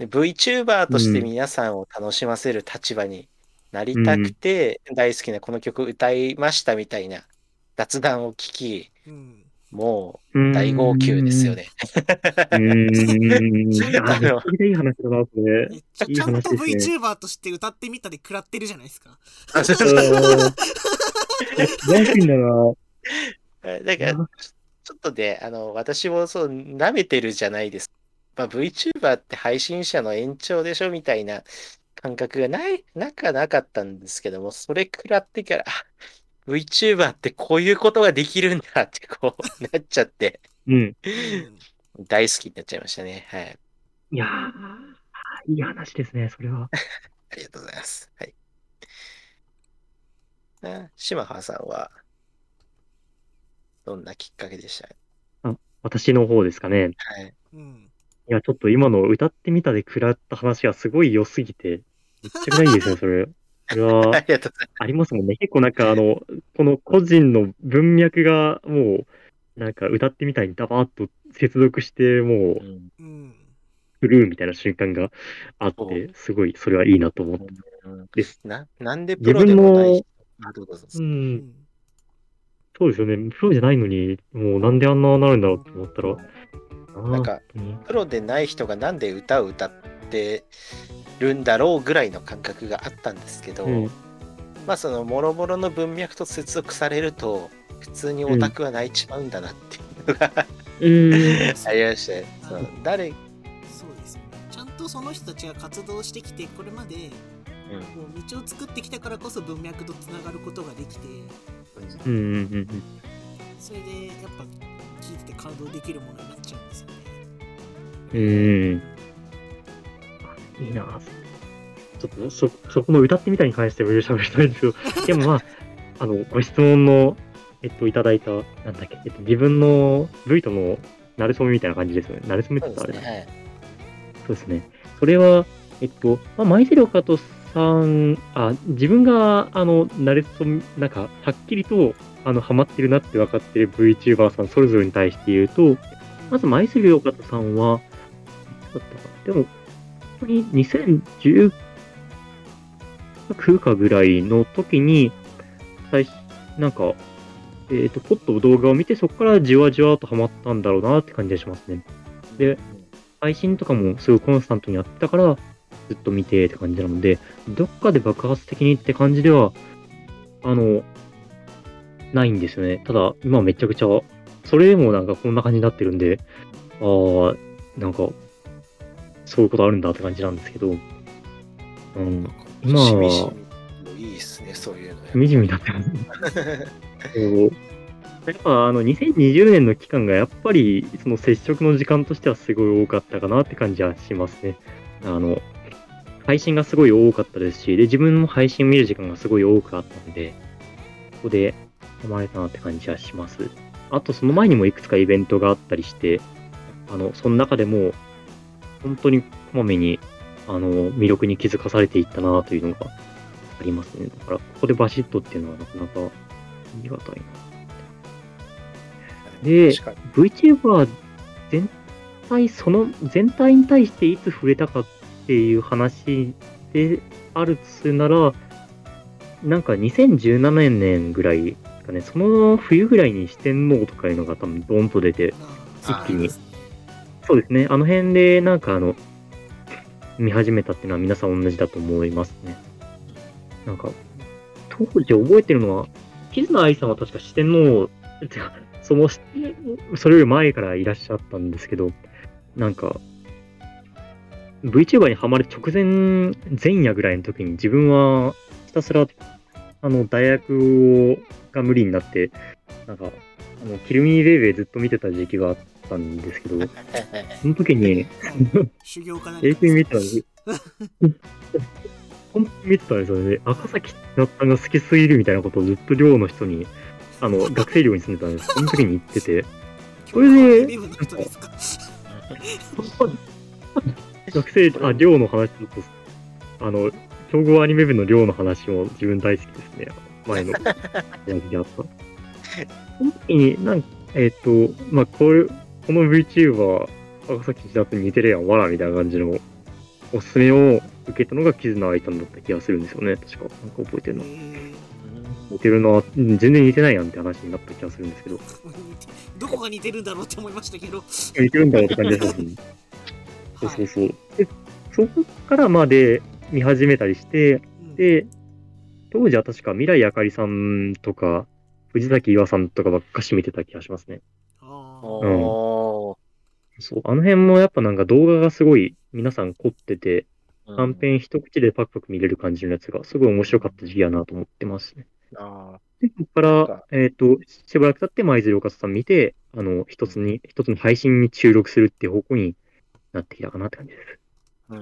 VTuber として皆さんを楽しませる立場になりたくて大好きなこの曲歌いましたみたいな雑談を聞きうん。 もう大号泣ですよね。 うーん。いや、 あのめっちゃくちゃいい話だな、それ。 えちゃいいちゃんと話ですね。 VTuber として歌ってみたで食らってるじゃないですか。 あそうあー大好きだな。 だからちょっとねあの私もそう舐めてるじゃないですか。まあ、VTuber って配信者の延長でしょみたいな感覚がないなかなかったんですけども、それ食らってから、あ VTuber ってこういうことができるんだってこうなっちゃって、 うん。 うん。 大好きになっちゃいましたね。はい。 いやー、いい話ですね、それは。 ありがとうございます。はい。あ島原さんはどんなきっかけでしたあ、私の方ですかね。 はい。 うん。 いや、ちょっと今の歌ってみたで食らった話がすごい良すぎて、めっちゃくちゃいいですね、それ。それあは、 りがとうございありますもんね。結構なんかあの、この個人の文脈がもう、なんか歌ってみたいにダバーッと接続して、もうます。、うんうん。 フルーみたいな瞬間があっそて、すごいそれはいいなと思ってうんです。 ななんでプ自ロで分のもない、あどうぞどうぞう、 うんん。 そうですよね。プロじゃないのに、もうなんであんななるんだろうと思ったら、あなんか本当にプロでない人がなんで歌を歌ってるんだろうぐらいの感覚があったんですけど、 うんまあそのもろもろの文脈と接続されると普通にオタクは泣いちまうんだなっていうのが、 うーん。 ありまして、その誰、 そうですよね。ちゃんとその人たちが活動してきて、これまでうんもう道を作ってきたからこそ文脈とつながることができて、 うんうんうんうん。 それでやっぱ聞いてて感動できるものになっちゃうんですよね。 うーん。いいな。ちょっとそ、そこの歌ってみたいに関してもいろいろ喋りたいんですけど、でもまあ、あの、ご質問の、えっと、いただいた、なんだっけ、えっと、自分の V との慣れ初めみたいな感じですよね。慣れ初めってそう言ったらあれだ。 ですね、 そうですね。それは、えっと、まあ、マイゼリオカトさん、あ、自分が、あの、慣れ初め、なんか、はっきりと、あの、ハマってるなって分かってる VTuber さん、それぞれに対して言うと、まず、マイゼリオカトさんは、だったかな。でも、本当ににせんじゅうきゅうかぐらいの時に、最初、なんか、えっ、と、ポッと動画を見て、そこからじわじわとハマったんだろうなって感じがしますね。で、配信とかもすごいコンスタントにやってたから、ずっと見てって感じなので、どっかで爆発的にって感じでは、あの、ないんですよね。ただ、今めちゃくちゃ、それでもなんかこんな感じになってるんで、ああ、なんか、そういうことあるんだって感じなんですけど、うん、今しみは、 じみもいいですね、そういうの。 しみじみになってます。 そうやっぱあのにせんにじゅうねんの期間がやっぱりその接触の時間としてはすごい多かったかなって感じはしますね。あの、配信がすごい多かったですし、で、自分も配信見る時間がすごい多くあったので、ここでハマれたなって感じはします。あとその前にもいくつかイベントがあったりして、あの、その中でも本当にこまめにあの魅力に気づかされていったなというのがありますね。だからここでバシッとっていうのはなかなかありがたいな。で、VTuber 全体、その全体に対していつ触れたかっていう話であるとするなら、なんかにせんじゅうななねんぐらいかね、その冬ぐらいに四天王とかいうのが多分ドーンと出て、一気に、そうですね、あの辺でなんかあの、見始めたっていうのは皆さん同じだと思いますね。なんか、当時覚えてるのは、キズナアイさんは確か四天王、その、それより前からいらっしゃったんですけど、なんか、VTuber にハマる直前、前夜ぐらいの時に自分はひたすら、あの、大学をが無理になって、なんか、あの、キルミーベイベーずっと見てた時期があったんですけど、その時に、 修行かな映像見てたんです。本当に見てたんですよね。赤崎千夏さんが好きすぎるみたいなことをずっと寮の人に、あの、学生寮に住んでたんです。その時に言ってて、それで、学生、あ、寮の話ちょっと、あの、強豪アニメ部の寮の話も自分大好きですね。前の話であった。その時に、なんか、えっ、ー、と、まあ、こういう、この VTuber、赤崎千夏に似てるやん、わらみたいな感じのおすすめを受けたのがキズナアイタンだった気がするんですよね。確か。なんか覚えてるの。似てるな、全然似てないやんって話になった気がするんですけど。 どこが似てるんだろうって思いましたけど。 似てるんだろうって感じですね。そうそうそう。で、そこからまで見始めたりして、うん、で、当時は確か未来あかりさんとか、藤崎岩さんとかばっかし見てた気がしますね。 あうん。そう、あの辺もやっぱなんか動画がすごい皆さん凝ってて、短編一口でパクパク見れる感じのやつがすごい面白かった時期やなと思ってますね。 あで、ここから、えっ、ー、と、しばらく経って舞鶴岡さん見て、あの、一つに、一つの配信に注力するっていう方向になってきたかなって感じです。 うん。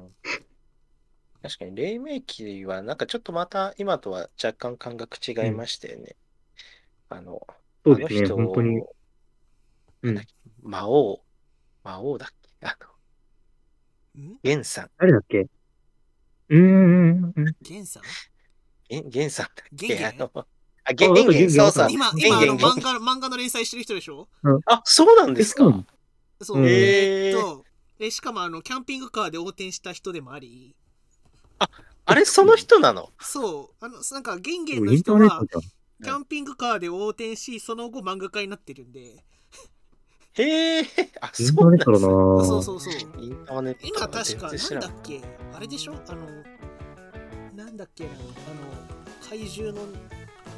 確かに、黎明期はなんかちょっとまた今とは若干感覚違いましたよね。うん、あの、 そうですね、本当に。 うん、魔王、魔王だっけあの、ゲンさん。 誰だっけうーん。 ゲンさんゲン、ゲンさんだっけゲンゲンあの、あ、ゲンゲンゲン、そうそう。 今、今あの漫画、漫画の連載してる人でしょ、 うん、あ、そうなんですか。 そう。えー、っと、え、しかもあの、キャンピングカーで横転した人でもあり。 あ、あれその人なの？ そう。あの、なんか、ゲンゲンの人は、キャンピングカーで横転し、その後漫画家になってるんで。 へえ、あ、そうなんだな。 そうそうそう。 インターネット今確か、なんだっけあれでしょあの、なんだっけなあの、怪獣の、なんか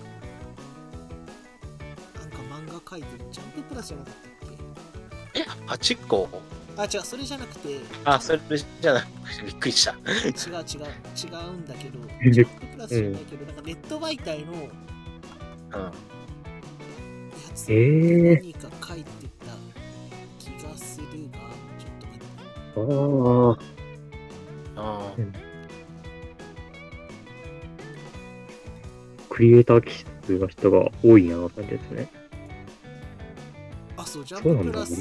漫画描いてるジャンププラスじゃなかったっけえ、パチッコあ、違う、それじゃなくて。 あ、それじゃなくて、びっくりした。違う違う、違う、違うんだけど、ジャンププラスじゃないけど、なんかネット媒体の、 うん。 やつ、えー、何か書いてた気がするが、ちょっと待って。 ああ。ああ、うん。クリエイター気質の人が多いな感じですね。 あ、そう、ジャンププラスで、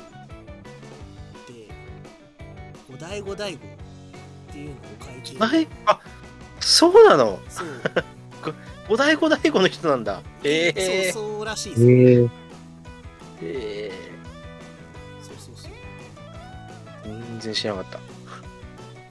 五代五代五っていうのを書いてる。 あ、そうなの？ そう。 五代五代五の人なんだ。ええー、そうそうらしいですね。えー、 えー、そうそうそう。 全然知らなかった。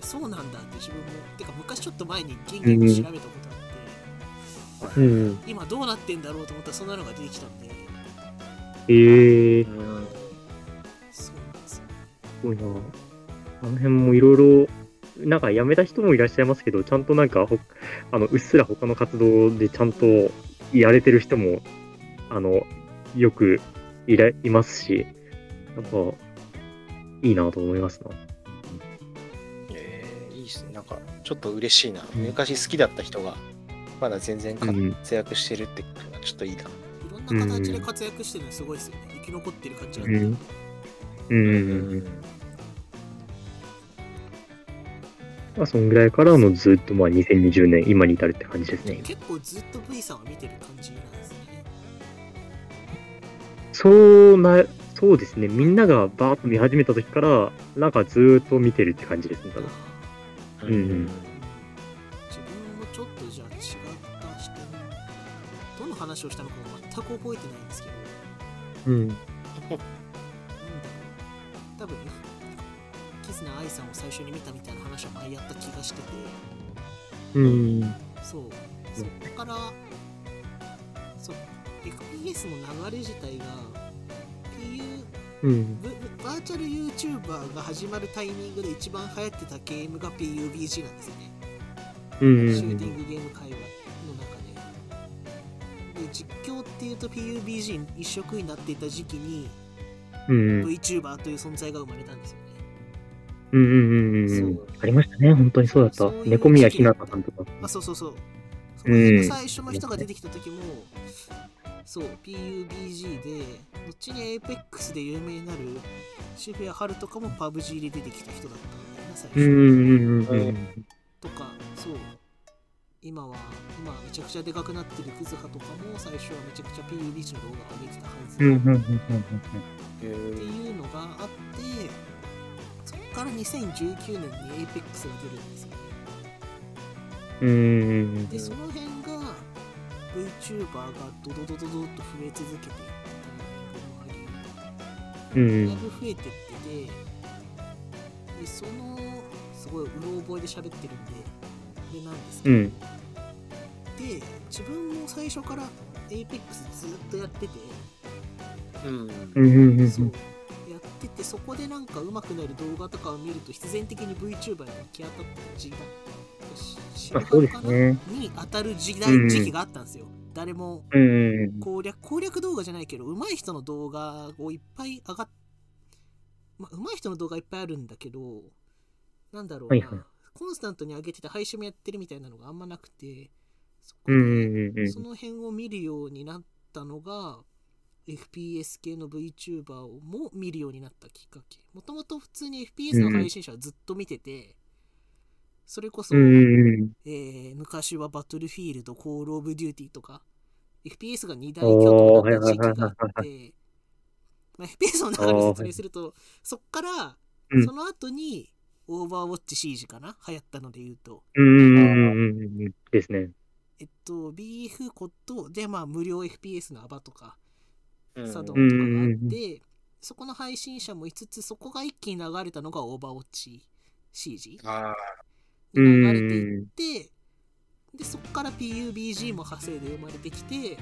そうなんだって自分も。てか昔ちょっと前にゲンゲンを調べたことあって、 うん、 今どうなってんだろうと思ったらそんなのが出てきたんで。 えー、 うん、そうなんですよ。 すごいな。あの辺もいろいろ、なんか辞めた人もいらっしゃいますけど、ちゃんとなんか、あのうっすら他の活動でちゃんとやれてる人も、あの、よくいらいますし、なんか、いいなと思いますな。 えー、いいっすね。なんか、ちょっと嬉しいな。昔好きだった人が、まだ全然活躍してるって、うん、ちょっちょっといいな。いろんな形で活躍してるのすごいですよね。生き残ってる感じがあって。 うんうんまあ、そんぐらいからのずっとまあにせんにじゅうねん今に至るって感じですね。 結構ずっと V さんは見てる感じなんですね。 そうな、そうですね。みんながバーッと見始めた時から、なんかずーっと見てるって感じですね、多分。うんうん。 自分もちょっとじゃあ違った視点、どの話をしたのかも全く覚えてないんですけど、 うん。 なんだろう、多分キスナアイさんを最初に見たみたいな話は前やった気がしてて、 うん。 そう、そこからそう エフピーエス の流れ自体が ピーユー、うん、バーチャル YouTuber が始まるタイミングで一番流行ってたゲームが ピーユービージー なんですよね。うん、シューティングゲーム界隈の中で。で、実況っていうと ピーユービージー 一色になっていた時期に、うん、VTuber という存在が生まれたんですよね。 うんうんうんうん。ありましたね、本当にそうだった。猫宮ひなたさんとか。 あ、そうそうそう。その辺の最初の人が出てきた時も、うん、そう、ピーユービージー で、後に Apex で有名になる渋谷春とかも パブジー で出てきた人だったんだよな、最初。うんうんうんうん。とか、そう。今は、今めちゃくちゃでかくなってるクズハとかも最初はめちゃくちゃ ピーユービージー の動画を上げてたはず。うんうんうんうん。っていうのがあって、そこからにせんじゅうきゅうねんに Apex が出るんですよね。うん。で、その辺が VTuber がドドドドドっと増え続けていったタイミングもあり、うん、だいぶ増えてってて、で、その、すごいうろ覚えで喋ってるんで、あれなんですけど、うん、で、自分も最初から Apex ずっとやってて、うん、そう。やってて、そこでなんか上手くなる動画とかを見ると必然的に VTuber に行き当たった時代白羽かな、ね、に当たる時代、うん、時期があったんですよ。誰も攻略攻略動画じゃないけど上手い人の動画をいっぱい上がっ、まあ、上手い人の動画いっぱいあるんだけど、なんだろうな、はいはい、コンスタントに上げてて配信もやってるみたいなのがあんまなくて、そこでその辺を見るようになったのがエフピーエス 系の VTuber をも見るようになったきっかけ。もともと普通に エフピーエス の配信者はずっと見てて、うん、それこそ、うんえー、昔はバトルフィールド、コールオブデューティーとか エフピーエス がに大巨頭だった時期があって、まあ、エフピーエス の中で説明すると、そっからその後にオーバーウォッチシージかな、流行ったので言うと、 うんですね。 えっとビーフコットでまあ無料 エフピーエス のアバとかサドンとかがあって、そこの配信者もいつつ、そこが一気に流れたのがオーバーウォッチ シージ に流れていって、でそこから ピーユービージー も派生で生まれてきて、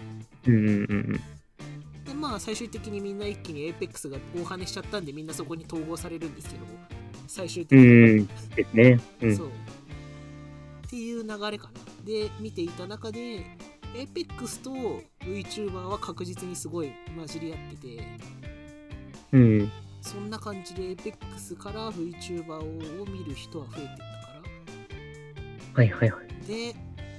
でまあ最終的にみんな一気に Apex が大跳ねしちゃったんで、みんなそこに統合されるんですけど、最終的にですね、 そうっていう流れかな。で見ていた中でApex と VTuber は確実にすごい混じり合ってて、うん、そんな感じで Apex から VTuber を見る人は増えていったから、 はいはいはい。 で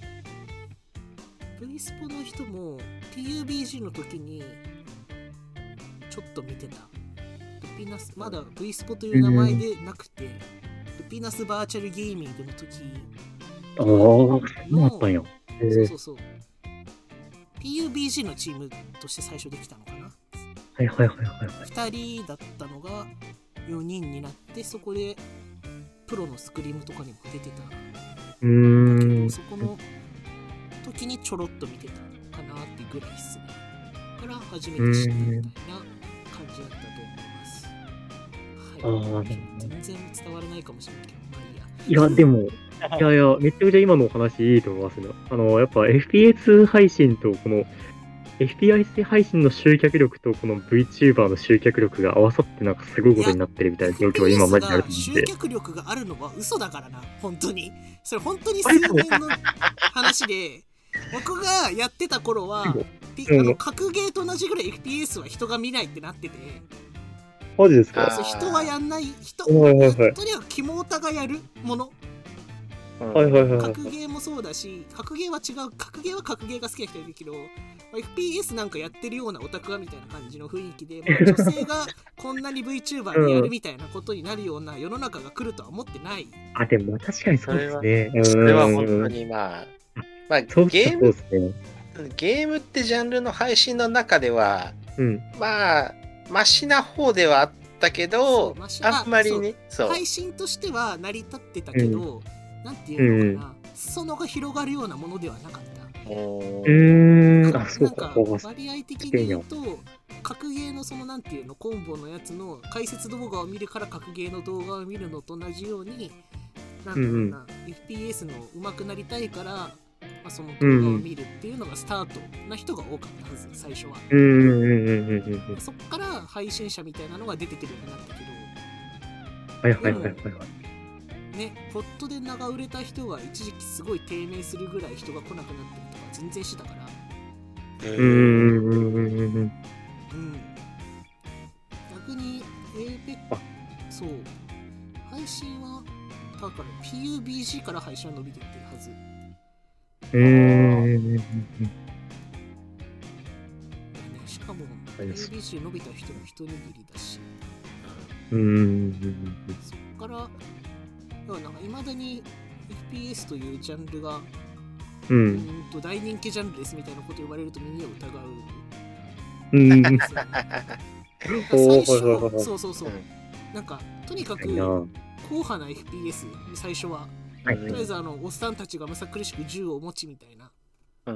V スポの人も ピーユービージー の時にちょっと見てた。ルピナス、まだ V スポという名前でなくて、うん、ルピナスバーチャルゲーミングの時ああ、そうだったんや。 そうそうそう。ピーユービージー のチームとして最初できたのかな。 はいはいはいはい、はい。 ふたりだったのがよにんになって、そこでプロのスクリームとかにも出てた。うーん。だけどそこの時にちょろっと見てたかなってぐらいっすね。から初めて知ったみたいな感じだったと思います。はい。あ全然伝わらないかもしれないけど、まあいいや。 いやでも。いやいや、めちゃくちゃ今のお話いいと思いますね。あの、やっぱ エフピーエス 配信と、この エフピーエス 配信の集客力と、この VTuber の集客力が合わさってなんかすごいことになってるみたいな状況が今マジであると思って。 集客力があるのは嘘だからな、本当に。それ本当に数年の話で、僕がやってた頃は、ピあの格ゲーと同じぐらい エフピーエス は人が見ないってなってて。 マジですか？ そう人はやんない、人、とにかくキモオタがやるもの。 はいはいはいはい。 格ゲーもそうだし、格ゲーは違う、格ゲーは格ゲーが好きな人いるけど、まあ エフピーエス なんかやってるようなオタクはみたいな感じの雰囲気で、まあ、女性がこんなに VTuber でやるみたいなことになるような世の中が来るとは思ってない。 あ、でも確かにそうですね。 それは本当にまあ、まあ、 そうゲーム、 そうですね。 ゲームってジャンルの配信の中では、 うん、 まあ、マシな方ではあったけど、あんまりね、 そう配信としては成り立ってたけど、うん、なんていうのかな、うん、裾野が広がるようなものではなかった。 うーん、あ、そうか。 なんか割合的に言うと、格ゲーのそのなんていうの、コンボのやつの解説動画を見るから格ゲーの動画を見るのと同じように、なんだろうな、うん、エフピーエス の上手くなりたいから、まあ、その動画を見るっていうのがスタートな人が多かったはず、最初は。そっから配信者みたいなのが出てくるようになったけど、 はいはいはいはいはい。 ね、ポットで名が売れた人が一時期すごい低迷するぐらい人が来なくなったりとか全然してたから。 うーん。うん。 逆に エーペック、そう、配信は、だから ピーユービージー から配信は伸びてってるはず。 うーん。 しかも ピーユービージー 伸びた人も一握りだし。 うーん。 そっから、なんか未だに エフピーエス というジャンルが、 うん、 うんと大人気ジャンルですみたいなこと言われると耳を疑う。 うん。 最初、そうそうそう。なんかとにかく硬派な エフピーエス 最初は、はい、とりあえずあのおっさんたちがむさ苦しく銃を持ちみたいな、うん、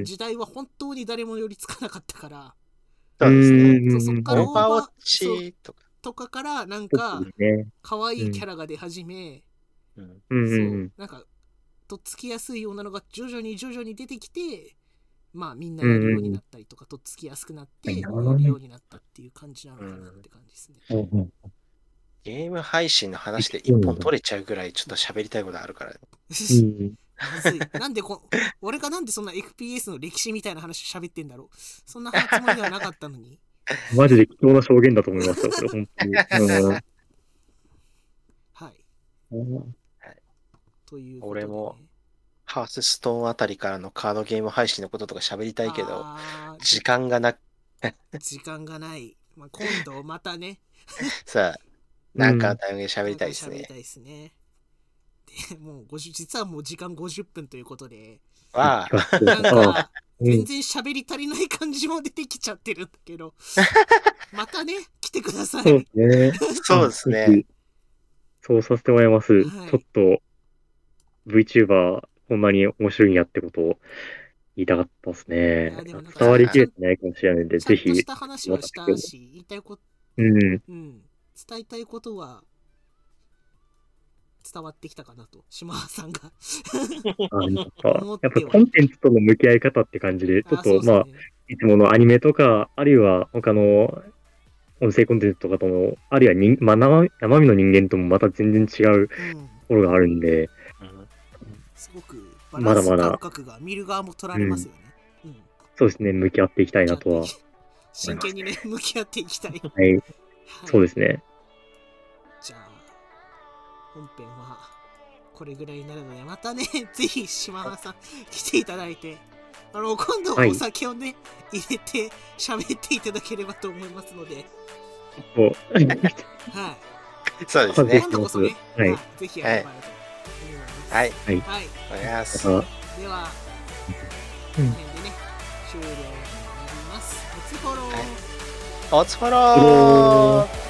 時代は本当に誰も寄りつかなかったから。 そうですね。 そうそっからオーバーウォッチとか。 とかからなんか可愛いキャラが出始め、 うん、 そうなんかとっつきやすい女の子が徐々に徐々に出てきて、まあみんなやるようになったりとか、うん、とっつきやすくなってやるようになったっていう感じなのかなって感じですね。 うんうん、 ゲーム配信の話で一本取れちゃうぐらいちょっと喋りたいことあるからね。 うんまずい。なんでこ俺がなんでそんな エフピーエス の歴史みたいな話喋ってんだろう。そんなつもりではなかったのに。 マジで貴重な証言だと思いました、これ、本当に。うん、 はい。はい。ということで、ね、 俺も、ハースストーンあたりからのカードゲーム配信のこととか喋りたいけど、時間がな時間がない。まあ、今度またね。 さあ、なんかのタイミングで喋りたいですね。 喋りたいですね。で、もうごじゅう、実はもう時間ごじゅっぷんということで、 わあ、 なんか、全然喋り足りない感じも出てきちゃってるんだけど、またね、来てください。 そうですね。 そうですね。 そうさせてもらいます。 はい、 ちょっと VTuber こんなに面白いんやってことを言いたかったですね。伝わりきれてないかもしれないんで、ぜひ。 ちゃんとした話はしたし、言いたいこと、 うん、 うん、伝えたいことは伝わってきたかなと、島さんがあなんかやっぱコンテンツとの向き合い方って感じで、ちょっと、ね、まあ、いつものアニメとか、あるいは他の音声コンテンツとかとも、あるいはに、まあ、生, 生身の人間ともまた全然違うところがあるんで、 うんうん、すごくバランス感覚が見る側も取られますよね。 うんうん、そうですね、向き合っていきたいなとは。 真剣にね、向き合っていきたい。 はい、はい、そうですね。 じゃあ、本編はこれぐらいになるので、またね、ぜひ島原さん来ていただいて、あの今度はお酒をね、はい、入れて喋っていただければと思いますので。 はい。 そうですね。 今度こそね、 はい、 まあ、ぜひやればと思います。 はい。 はい。 はい。 お願いします。 では、この辺でね、終了になります。おつフォロー。 はい、おつフォロー。